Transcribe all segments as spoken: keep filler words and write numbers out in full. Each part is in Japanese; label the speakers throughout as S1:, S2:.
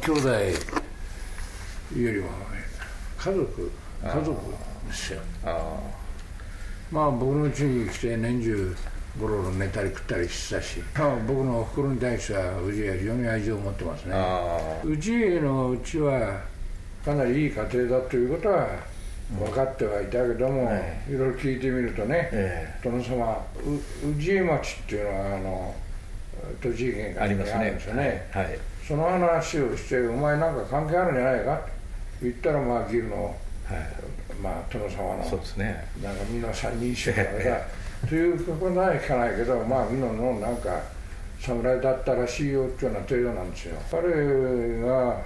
S1: 兄弟よりも家族家族ですよ。あまあ僕の家に来て年中ゴロゴロ寝たり食ったりしてたし、まあ、僕のおふくろに対しては氏家は非常に愛情を持ってますね。氏家のうちはかなりいい家庭だということは分かってはいたけども、うん、いろいろ聞いてみるとね、ええ、殿様氏家町っていうのはあの栃木県からあるんですよね、はいはい、その話をしてお前なんか関係あるんじゃないかと言ったら、まあ義理の、はい、まあ殿様のそうですね、なんかみんな三人一緒だからさということは聞かないけど、まあみんなのなんか侍だったらしいよっていうような程度なんですよ。彼が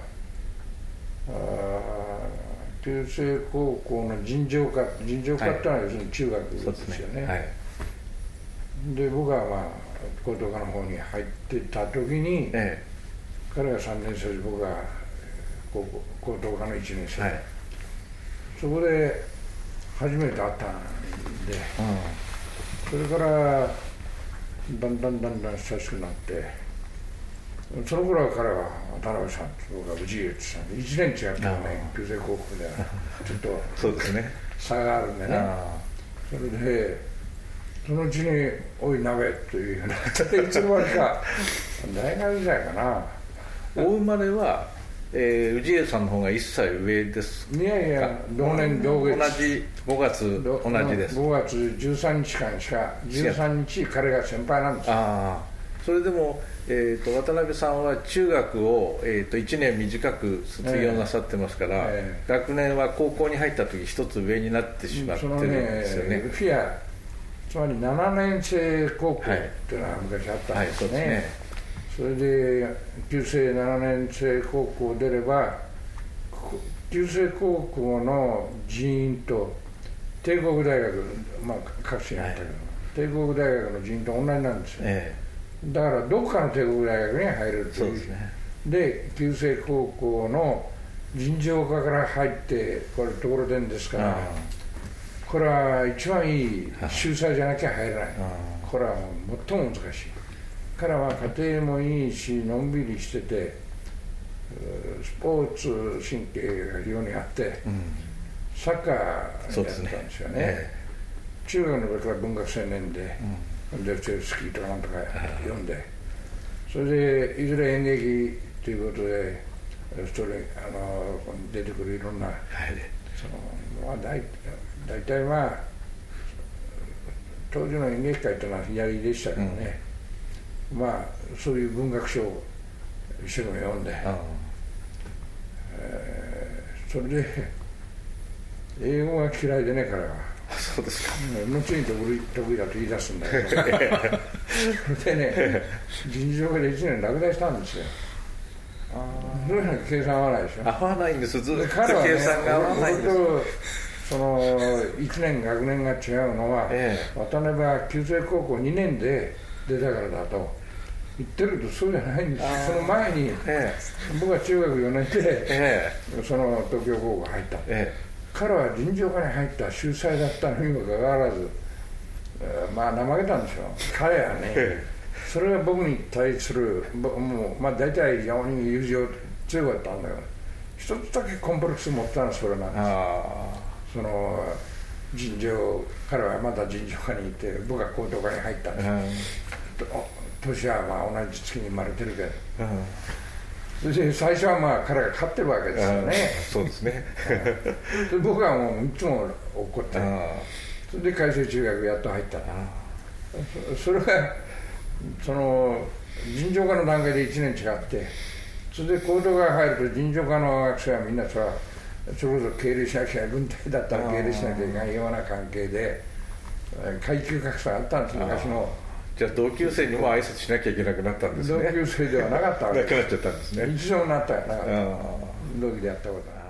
S1: 旧制高校の尋常科尋常科ってのは要するに中学ですよね。はい、で、ねはい、で僕はまあ高等科の方に入ってた時に、ええ、彼がさんねん生で僕が高校高等科のいちねん生、はい、そこで初めて会ったんで、うん、それからだんだんだんだん親しくなって、その頃は彼は渡辺さんと僕は氏家ってさんでいちねん違ったらね、旧制高校ではちょっとそうですね差があるんでね、それでそのうちに「おい鍋」というようないつの間にか大学時代かな。
S2: お生まれは、えー、氏家さんの方がいっさい上ですか。
S1: いやいや同年同月
S2: 同じごがつ同じです。
S1: ごがつじゅうさんにち間しかじゅうさんにち彼が先輩なんですよ。
S2: あそれでも、えー、と渡辺さんは中学を、えー、といちねん短く卒業なさってますから、えー、学年は高校に入った時一つ上になってしまってるんですよね。
S1: ねフィアつまりななねん生高校っていうのは昔あったんですね。はいはい、そうですね。それで旧制ななねん生高校出れば旧制高校の人員と帝国大学、まあ各地にあったけど、はい、帝国大学の人員と同じなんですよ。えー、だからどこかの帝国大学に入れるという。そうですね。で旧制高校の尋常科から入ってこれところでんですから。これは一番いい秀才じゃなきゃ入れない。これは最も難しい。彼は家庭もいいしのんびりしててスポーツ神経が非常にあって、うん、サッカーやったんですよね。えー、中学の時から文学青年で、うん、でチェルスキーとかなんとか読んで、それでいずれ演劇ということでそれあの出てくるいろんな、はい、そのまあ大大体まあ当時の演劇界というのは左でしたけどね、うん、まあそういう文学書を一生懸命読んで、えー、それで英語が嫌いでね彼は。
S2: そうですか。
S1: 後に得意だと言い出すんだけどそれでね尋常科でいちねん落第したんですよ。それは計算合わないでしょ。
S2: 合わないんです。ずっと計算が合わないんです。
S1: そのいちねん学年が違うのは、ええ、渡辺は旧制高校にねんで出たからだと言ってるけどそうじゃないんです。その前に、ええ、僕は中学よねんで、ええ、その東京高校入った、ええ、彼は尋常科に入った秀才だったのにもかかわらず、えー、まあ怠けたんですよ彼はね、ええ、それが僕に対するもう、まあ、大体非常に友情強かったんだけど一つだけコンプレックス持ったのはそれなんです。あその尋常彼はまだ尋常科にいて僕は高等科に入ったんです、うん、年はまあ同じ月に生まれてるけど、うん、それで最初はまあ彼が勝ってるわけですよね、うん、
S2: そうですね
S1: で僕はもういつも怒って、うん、それで海星中学やっと入った、うん、それはその尋常科の段階でいちねん違ってそれで高等科に入ると尋常科の学生はみんなそれはそれこそ敬礼しなきゃいけない軍隊だったら敬礼しなきゃいけないような関係で階級格差があったんです昔の。
S2: じゃあ同級生にも挨拶しなきゃいけなくなったんですね。
S1: 同級生ではなかったわけ
S2: なくなっちゃったんですね。
S1: 一度もなったよなかった同期でやったことは。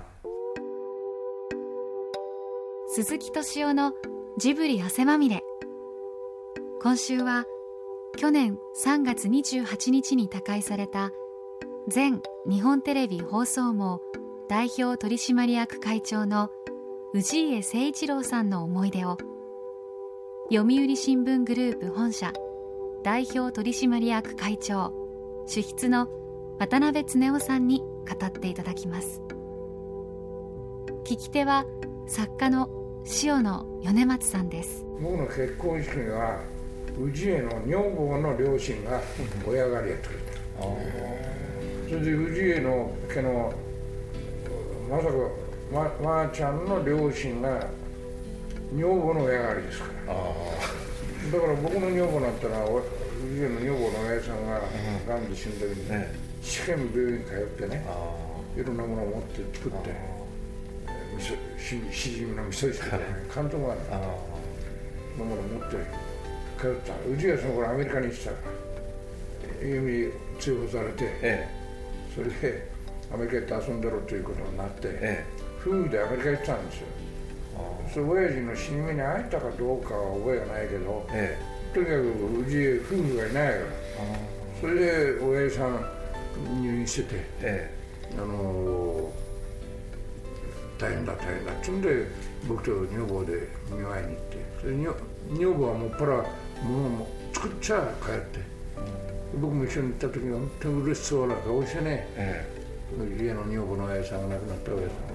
S3: 鈴木敏夫のジブリ汗まみれ。今週は去年さんがつにじゅうはちにちに他界された前日本テレビ放送網代表取締役会長の氏家誠一郎さんの思い出を読売新聞グループ本社代表取締役会長主筆の渡辺恒夫さんに語っていただきます。聞き手は作家の塩野米松さんです。
S1: 僕の結婚式は氏家の女房の両親が親狩りやってくれた。それで氏家の家のまさか ま, まーちゃんの両親が女房の親狩りですから。だから僕の女房なんてのは氏家の女房の親さんががんで死んだ時に試験病院通ってね、いろんなものを持って作ってし, しじみの味噌汁とかね、関東があるのものを持って通った。うちがその頃アメリカに行ってたから弓追放されて、ええ、それでアメリカ行って遊んでろということになって、ええ、夫婦でアメリカ行ってたんですよ。それ親父の死に目に会えたかどうかは覚えがないけど、ええ、とにかくうち夫婦がいないから、それで親父さん入院してて、ええ、あの大変だ大変だっつうんで僕と女房で見舞いに行って、それ女房はもっぱら物も作っちゃ帰って、うん、僕も一緒に行った時に本当に嬉しそうな顔してね、ええ、家の女房の親さんが亡くなった親さんが、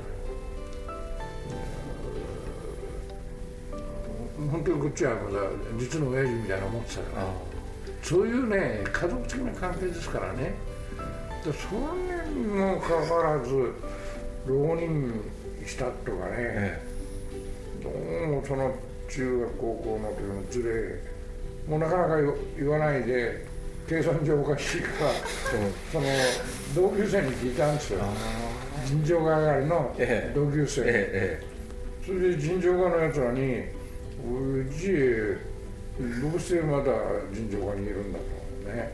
S1: うん、本当にこっちはまだ実の親父みたいな思ってたから、そういうね家族的な関係ですからね。でそれにもかかわらず浪人したとかね、ええ、どうもその中学高校の時のズレもうなかなか言わないで計算上おかしいからその同級生に聞いたんですよ。尋常科上がりの同級生、ええええ、それで尋常科のやつらにうちどうしてまだ尋常科にいるんだとね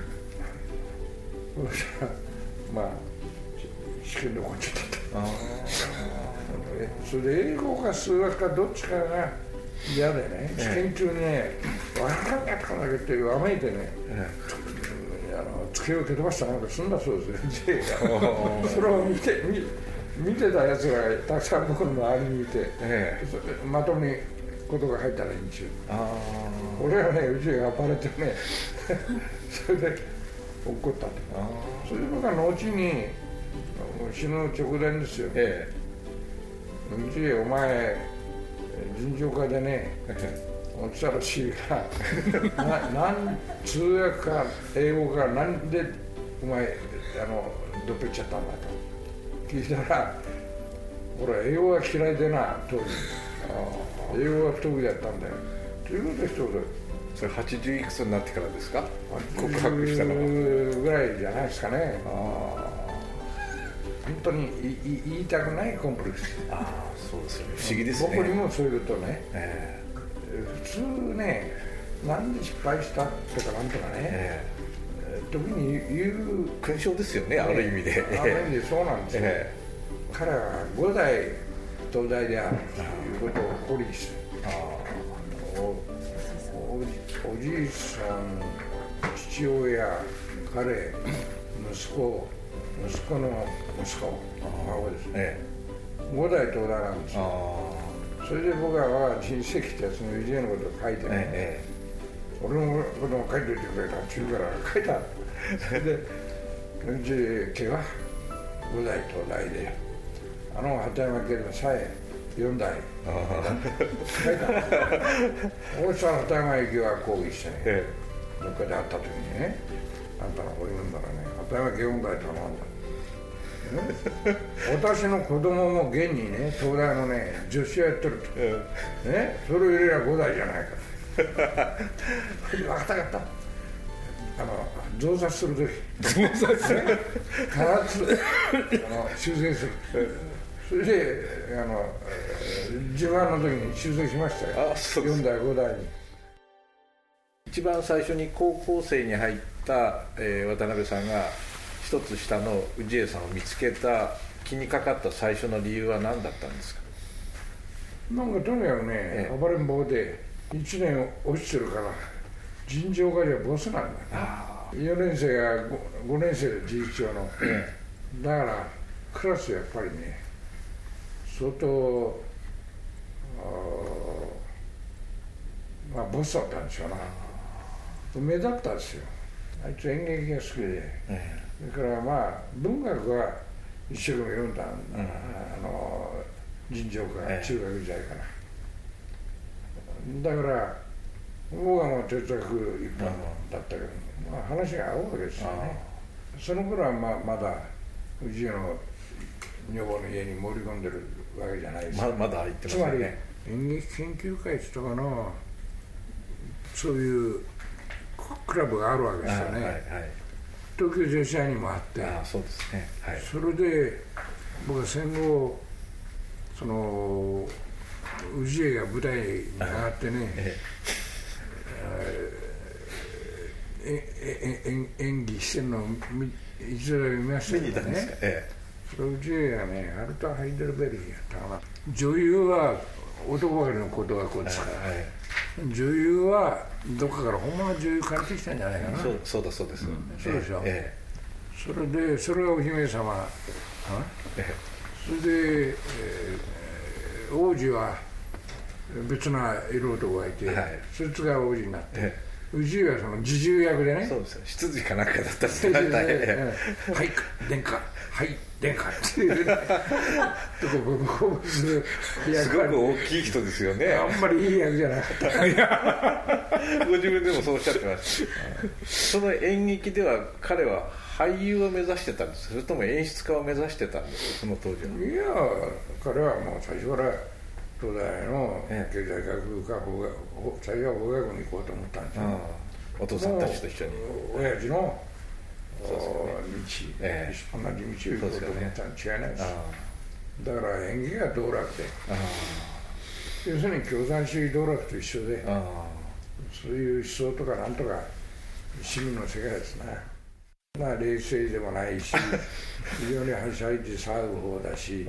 S1: そしたらまあ試験で落ちちゃったあそれで英語か数学かどっちかが嫌でね、試験中にね分からなかったからだけってわめいてね、ええ、あの机を蹴飛ばしたなんかすんだそうですよそれを見て 見, 見てたやつがたくさん僕の周りにいて、ええ、まともにことが入ったらいいんですよ。俺はねうちが暴れてねそれで怒ったんだ。それで僕は後に死ぬ直前ですよ、ええ、うちお前尋常科でね落ちたらしいがななん通訳か英語かなんでお前あのどっぺっちゃったんだと聞いたら俺は英語が嫌いでな当時英語が不得意だったんだよということで一言
S2: それはちじゅういくつになってからですか告白したのは
S1: ぐらいじゃないですかね。あ本当に言いたくないコンプレックス。
S2: ああそうですよね。不思議ですね。
S1: 僕にもそういうことね、えー、普通ねなんで失敗したとかなんとかね、えー、時に言う
S2: 勲章ですよね、ある意味で。
S1: ある意味でそうなんですよ、えー、彼はご代東大であるということを誇りにしてあお, お, おじいさん父親彼息子息子の息子孫ですね、ええ、ご代東大なんですよ。それで僕は我が人生ってやつの氏家のことを書いてね、ええ、俺のことも書いておいてくれたって言うから書いた。それでうち家はご代東大であの鳩山家のさえよん代書いた。大下の鳩山駅は抗議してね、ええ、どっかで会った時にねあんたの子いるんだからね鳩山家よん代頼んだ。私の子供も現にね東大のね助手をやってると、うん、ねそれを入れればご代じゃないかと分かった分かったあの増刷するとき増刷する必ずあの修正するそれであの自慢の時に修正しましたよ。あよん代ご代に
S2: 一番最初に高校生に入った、えー、渡辺さんが一つ下の氏家さんを見つけた気にかかった最初の理由は何だったんですか。
S1: なんかとにかくね、ええ、暴れん坊でいちねん落ちてるから尋常科じゃボスなんだね。よねん生が ご, ごねん生で事実上の、ええ、だからクラスやっぱりね相当あまあボスだったんでしょうな。目立ったんですよ。あいつ演劇が好きで、ええ、 それからまあ文学は一生懸命読んだ、うん、あの尋常から中学時代から、だから僕はもう哲学一般だったけど、まあ、話が合うわけですよね。その頃はまあまだ氏家の女房の家に盛り込んでるわけじゃないです。
S2: ま, まだ入ってますね。
S1: つまり演劇研究会とかのそういうクラブがあるわけですよね。はいはい、東京女子大にもあって、
S2: あそうですね、はい、
S1: それで僕は戦後その氏家が舞台に上がってね、ええええ演技してるのを一度見ましたけどね、ええ、それ氏家がねアルタ・ハイデルベルギーやったかな。女優は男ばかりのことがこうですから、はいはい、女優はどっかから本物の女優借りてきたんじゃないかな。
S2: そうそうだそうです、うん、
S1: そうでしょ、ええ、それでそれがお姫様、ええ、それで、えー、王子は別な色男がいて、はい、そいつが王子になって、ええ、氏家はその侍従役でね。
S2: そうですよ、執事かなんかだったんですね。はい
S1: 殿下はい殿下っていうねすごく
S2: 大きい人ですよね。
S1: あんまりいい役じゃなかった
S2: ご自分でもそうおっしゃってます。その演劇では彼は俳優を目指してたんです、それとも演出家を目指してたんですか、その当時は。
S1: いや彼はもう最初から東大の経済学か法学、最初は法学に行こうと思ったんですよ。
S2: お父さんたちと一緒に
S1: 親父の道、
S2: ええ、
S1: 同じ道を行こうと思ったに違いないです。だから演技が道楽で、要するに共産主義道楽と一緒で、そういう思想とかなんとか市民の世界ですね。まあ冷静でもないし非常にはしゃいで騒ぐ方だし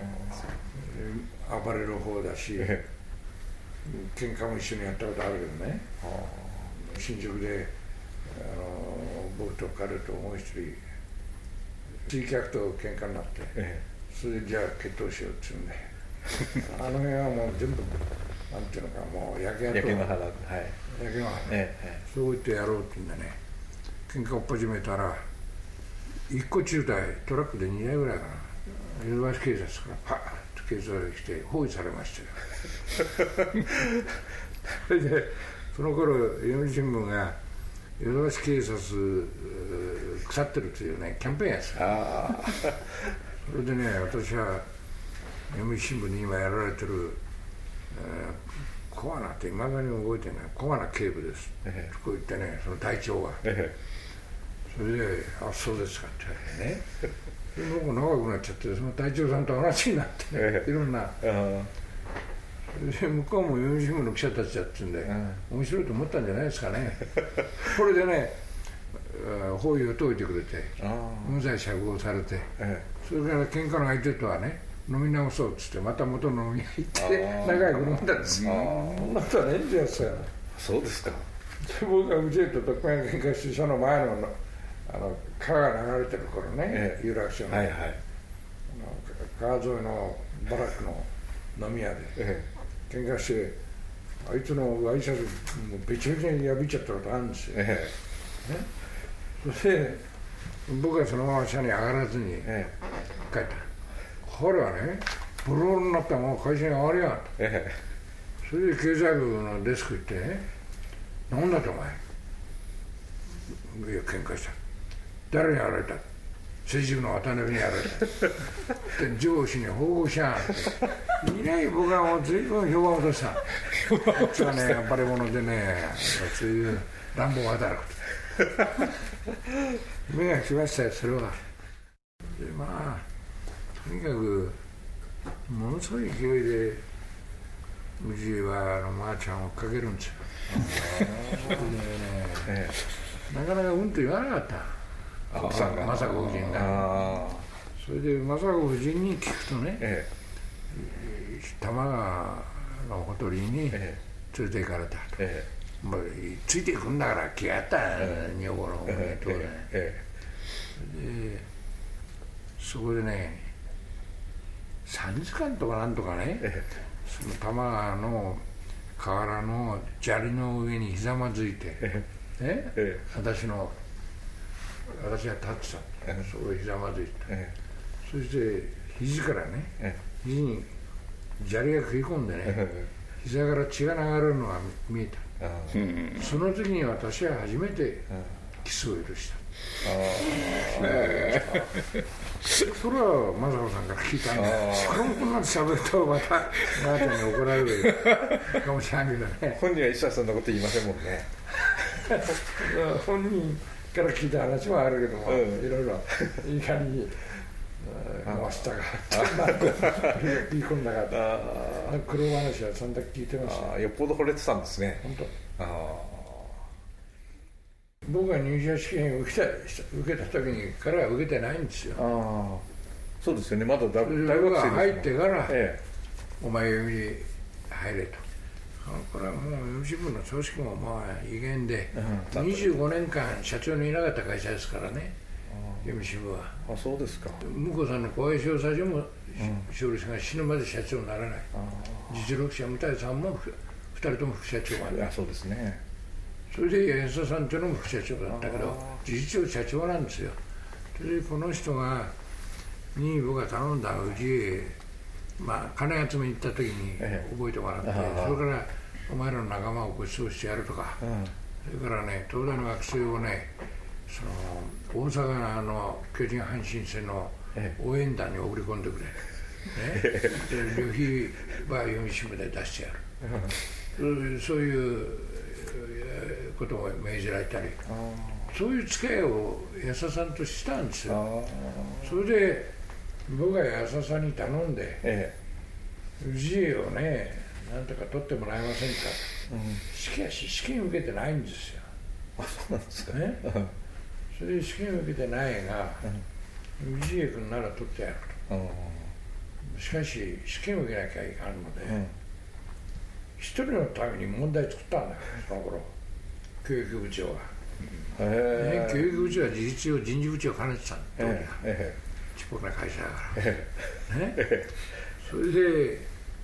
S1: 暴れる方だし、喧嘩も一緒にやったことあるけどね。新宿であの僕と彼ともう一人地域客と喧嘩になって、ええ、それでじゃあ決闘しようって言うんであの辺はもう全部なんていうのかもう焼け跡
S2: 焼け野原、はい、
S1: 焼け野原、ええ、そう言ってやろうって言うんでね、喧嘩を始めたら一個中隊トラックでにだいぐらいかな、ヨドバシ警察からパーッと警察が来て包囲されましたよそれでその頃読売新聞がヨドバシ警察腐ってるというねキャンペーンやつ。あそれでね私は読売新聞に今やられてる、えー、小穴っていまだに覚えてない小穴警部です、ええ、こう言ってねその隊長が、ええ、それで「あそうですか」って言われてねそれ僕長くなっちゃってその隊長さんと話になってね、ええ、いろんな。で向こうも読売新聞の記者たちだって言うんで、うん、面白いと思ったんじゃないですかねこれでね包囲を解いてくれて無罪釈放されて、ええ、それから喧嘩の相手とはね飲み直そうっつってまた元の飲み屋行って仲良く飲んだんですよ。そんなことはねえんじゃないですか。
S2: そうですか。
S1: 僕が氏家と特命喧嘩してその前のあの川が流れてる頃ね、ええ、有楽町の、はいはい、川沿いのバラックの飲み屋で、ええ喧嘩してあいつのワイシャツもべちゃべちゃに破っちゃったことあるんですよ、ええね、それで僕はそのまま車に上がらずに帰った、ええ、彼はねボロボロになったまま会社に上がりやがった、ええ、それで経済部のデスク行ってねなんだとお前いや喧嘩した誰にやられた政治部の渡辺にやられたで上司に報告しやがっていない僕はもう随分評判を落としたあいつはね暴れ者でねそういう乱暴働く目が来ましたよそれは。でまあとにかくものすごい勢いで氏家はあのまーちゃんを追っかけるんですよそれでね、ええ、なかなかうんと言わなかった奥さんが雅子夫人が。それで雅子夫人に聞くとね、ええ、多摩川のほとりに連れて行かれたと、ええ、もうついていくんだから気があった、ええ、女房の方に当然、えええ、でそこでねさんじかんとかなんとかね、ええ、その多摩川の河原の砂利の上にひざまずいて、ええええ、私の私が立ってた、ええ、そこへひざまずいて、ええ、そして肘からね、ええ、肘に砂利が食い込んでね、ええ、膝から血が流れるのが見えた。その時に私は初めてキスを許した。あえー、それは正子さんから聞いたんだ。しかもこんなに喋るとまたあなたに怒られるかもしれないけどね。
S2: 本人は一切そんなこと言いませんもんね。
S1: 本人から聞いた話はあるけども、うん、いろいろいかに回したか言い込んだか苦労話はそんだけ聞いてました、ね、
S2: よっぽど惚れてたんですね。
S1: 本当。あ僕が入社試験を受けた、受けた時にからは受けてないんですよ。
S2: あそうですよね。まだ大学生です
S1: もん。入ってから、ええ、お前読みに入れと。これはもう読み新聞の組織もまあ威厳で、うん、にじゅうごねんかん社長のいなかった会社ですからね、読み新聞は。
S2: あそうですか。
S1: 向こうさんの小林商社長も勝利さんが死ぬまで社長にならない。実力者向井さんもふたりとも副社長が。
S2: あそうですね。
S1: それで安田さんというのも副社長だったけど事実上社長なんですよ。それでこの人がに僕が頼んだうちへ、まあ、金集めに行った時に覚えてもらって、ええ、それからお前らの仲間をご馳走してやるとか、うん、それからね東大の学生をねその大阪の巨人阪神戦の応援団に送り込んでくれ、ええ、ね、で旅費は読み新聞で出してやる、うん、そういうことを命じられたり、そういう付き合いを安田さんとしたんですよ。それで僕が安田さんに頼んで、ええ、氏家をねなんとか取ってもらえませんか、うん、しかし試験受けてないんですよ。
S2: あそうなんですか
S1: ね。それで試験受けてないが、うん、氏家君なら取ってやると、うん、しかし試験受けなきゃいかんので、うん、一人のために問題作ったんだよその頃教育部長が、ね、教育部長は事実上人事部長を兼ねてたんだ当時は、ええちっぽけな会社だから、ええね、それで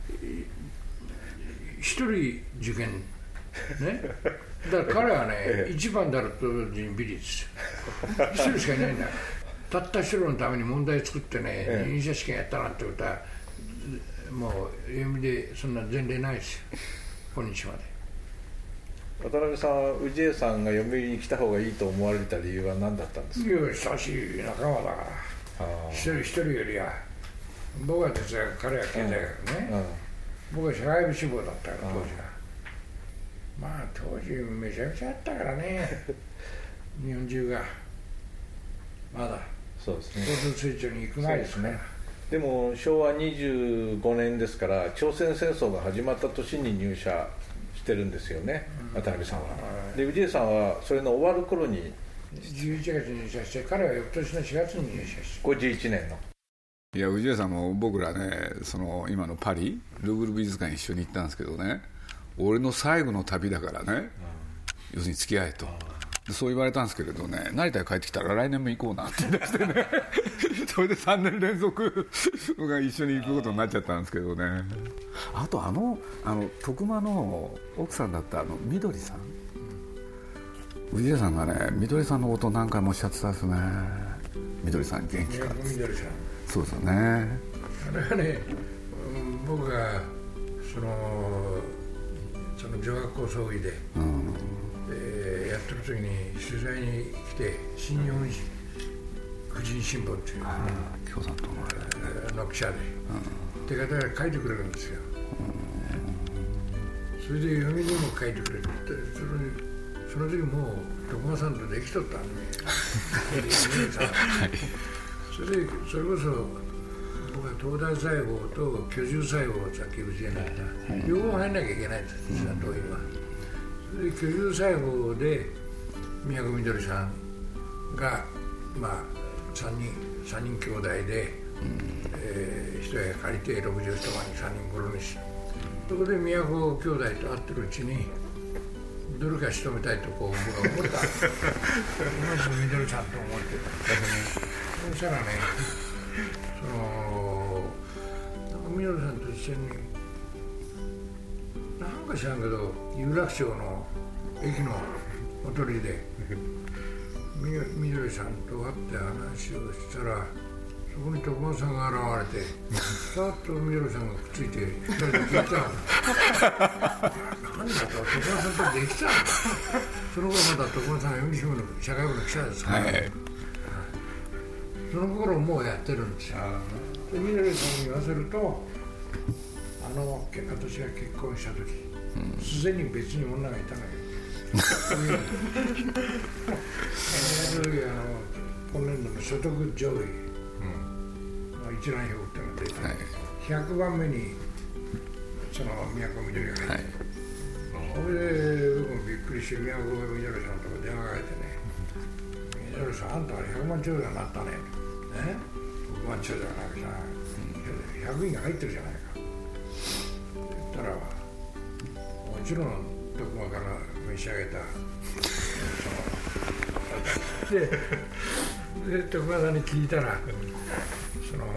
S1: 一人受験ねだから彼はね、ええ、一番だろうと人ビリですよ一人しかいないんだたった一人のために問題作ってね、ええ、入社試験やったなんてことはもう読みでそんな前例ないですよ今日まで。
S2: 渡辺さんは氏家さんが読売に来た方がいいと思われた理由は何だったんですか。
S1: いや親しい仲間だから一人一人よりは僕は哲学彼は経済学ね、うんうん、僕は社会部志望だったから当時は、うん、まあ当時めちゃめちゃあったからね日本中がまだ
S2: そうですね
S1: 高度成長に行く前ですね。
S2: でもしょうわにじゅうごねんですから朝鮮戦争が始まった年に入社してるんですよね、うん、渡辺さんは。で氏家さんはそれの終わる頃に
S1: じゅういちがつに入社して彼は翌年のしがつに入社して
S2: ごじゅういちねんの。
S4: いや氏家さんも僕らねその今のパリルーブル美術館一緒に行ったんですけどね俺の最後の旅だからね、うん、要するに付き合えとそう言われたんですけれどね成田へ帰ってきたら来年も行こうなって言い出してねそれでさんねん連続が一緒に行くことになっちゃったんですけどね。あとあのあの徳間の奥さんだったあのみどりさん氏家さんがねみどりさんのことを何回もおっしゃってたですね。みどりさん元気か
S1: みどりさん
S4: そうですよね。
S1: あれはね僕がそのその女学校葬儀で、うんでやってる時に取材に来て新日本婦人新聞っていう
S4: 共産党
S1: の記者で、うん、手形が書いてくれるんですよ、うん、それで読みにも書いてくれるそれその時もう徳間さんとできとったんでそれでそれこそ僕は東大細胞と居住細胞をさっきうちで言った、はい、両方入んなきゃいけないんです、うん、当院は。それで居住細胞で宮古みどりさんがまあさんにんさんにん兄弟で、うんえー、一部屋借りてろくじゅういちまんにさんにん殺にし、そこで宮古兄弟と会ってるうちにどれか仕留めたいとこう僕は思ったこの人みどりさんと思ってたそしたらねそのみどりさんと一緒になんか知らんけど有楽町の駅のほとりでみどりさんと会って話をしたら、そこに徳間さんが現れて、さっとみどりさんがくっついてふたりで聞いたんだ。何だと、徳間さんとできたんだ。その頃まだ徳間さんは読売新聞の社会部の記者ですから、はい、その頃もうやってるんですよ。でみどりさんに言わせると、あの私が結婚した時、すで、うん、に別に女がいたのよ。その時あの今年度の所得上位、うん、一覧表っていうのが出て、はい、ひゃくばんめにその宮古みどりが入って、はい、それで僕もびっくりして宮古みどりさんのとこ電話がかけてね、みどりさん、あんたはひゃくまんちょうだいになったね、ね、ひゃくまんちょうだいなんかじゃない、ひゃくいんが入ってるじゃないかって言ったら、もちろん徳間から召し上げたで、で徳間さんに聞いたら、その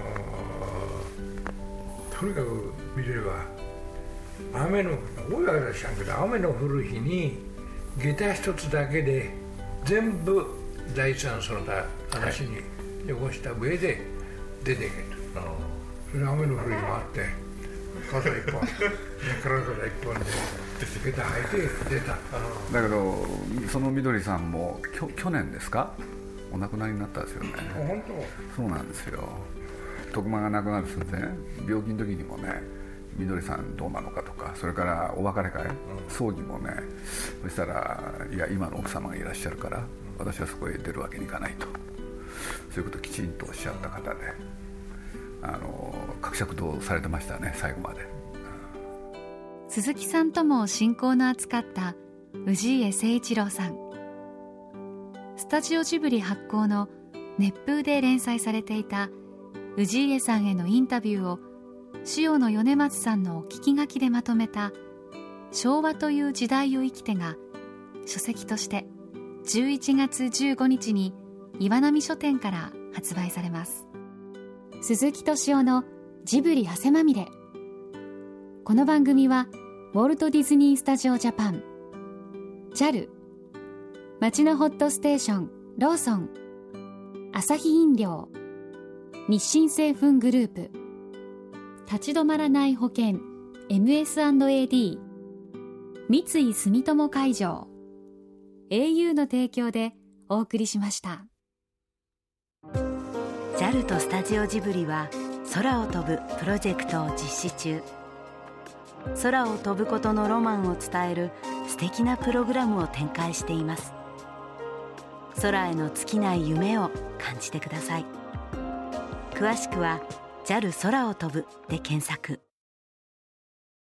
S1: とにかくみどりは雨の多いわけでしたけど、雨の降る日に下駄一つだけで全部財産その他話に汚した上で出ていけと、はい、それで雨の降る日もあって傘一本体から一本で下駄履いて出た。
S4: だけどそのみどりさんもきょ去年ですか、お亡くなりになったんですよね。
S1: 本
S4: 当？そうなんですよ。徳間が亡くなる寸前、病気の時にもね、みどりさんどうなのかとか、それからお別れ会、葬儀もね、そしたら、いや今の奥様がいらっしゃるから私はそこへ出るわけにいかないと、そういうことをきちんとおっしゃった方で、あの呵責とされてましたね、最後まで。
S3: 鈴木さんとも親交の厚かった氏家誠一郎さん。スタジオジブリ発行の熱風で連載されていた氏家さんへのインタビューを塩野米松さんの聞き書きでまとめた昭和という時代を生きてが書籍としてじゅういちがつじゅうごにちに岩波書店から発売されます。鈴木敏夫のジブリ汗まみれ。この番組はウォルト・ディズニー・スタジオ・ジャパン、 ジャル、 町のホットステーションローソン、アサヒ飲料、日清製粉グループ、立ち止まらない保険 エムエスアンドエーディー、 三井住友海上、 エーユー の提供でお送りしました。
S5: ジャル とスタジオジブリは空を飛ぶプロジェクトを実施中。空を飛ぶことのロマンを伝える素敵なプログラムを展開しています。空への尽きない夢を感じてください。詳しくは ジャル 空を飛ぶで検索。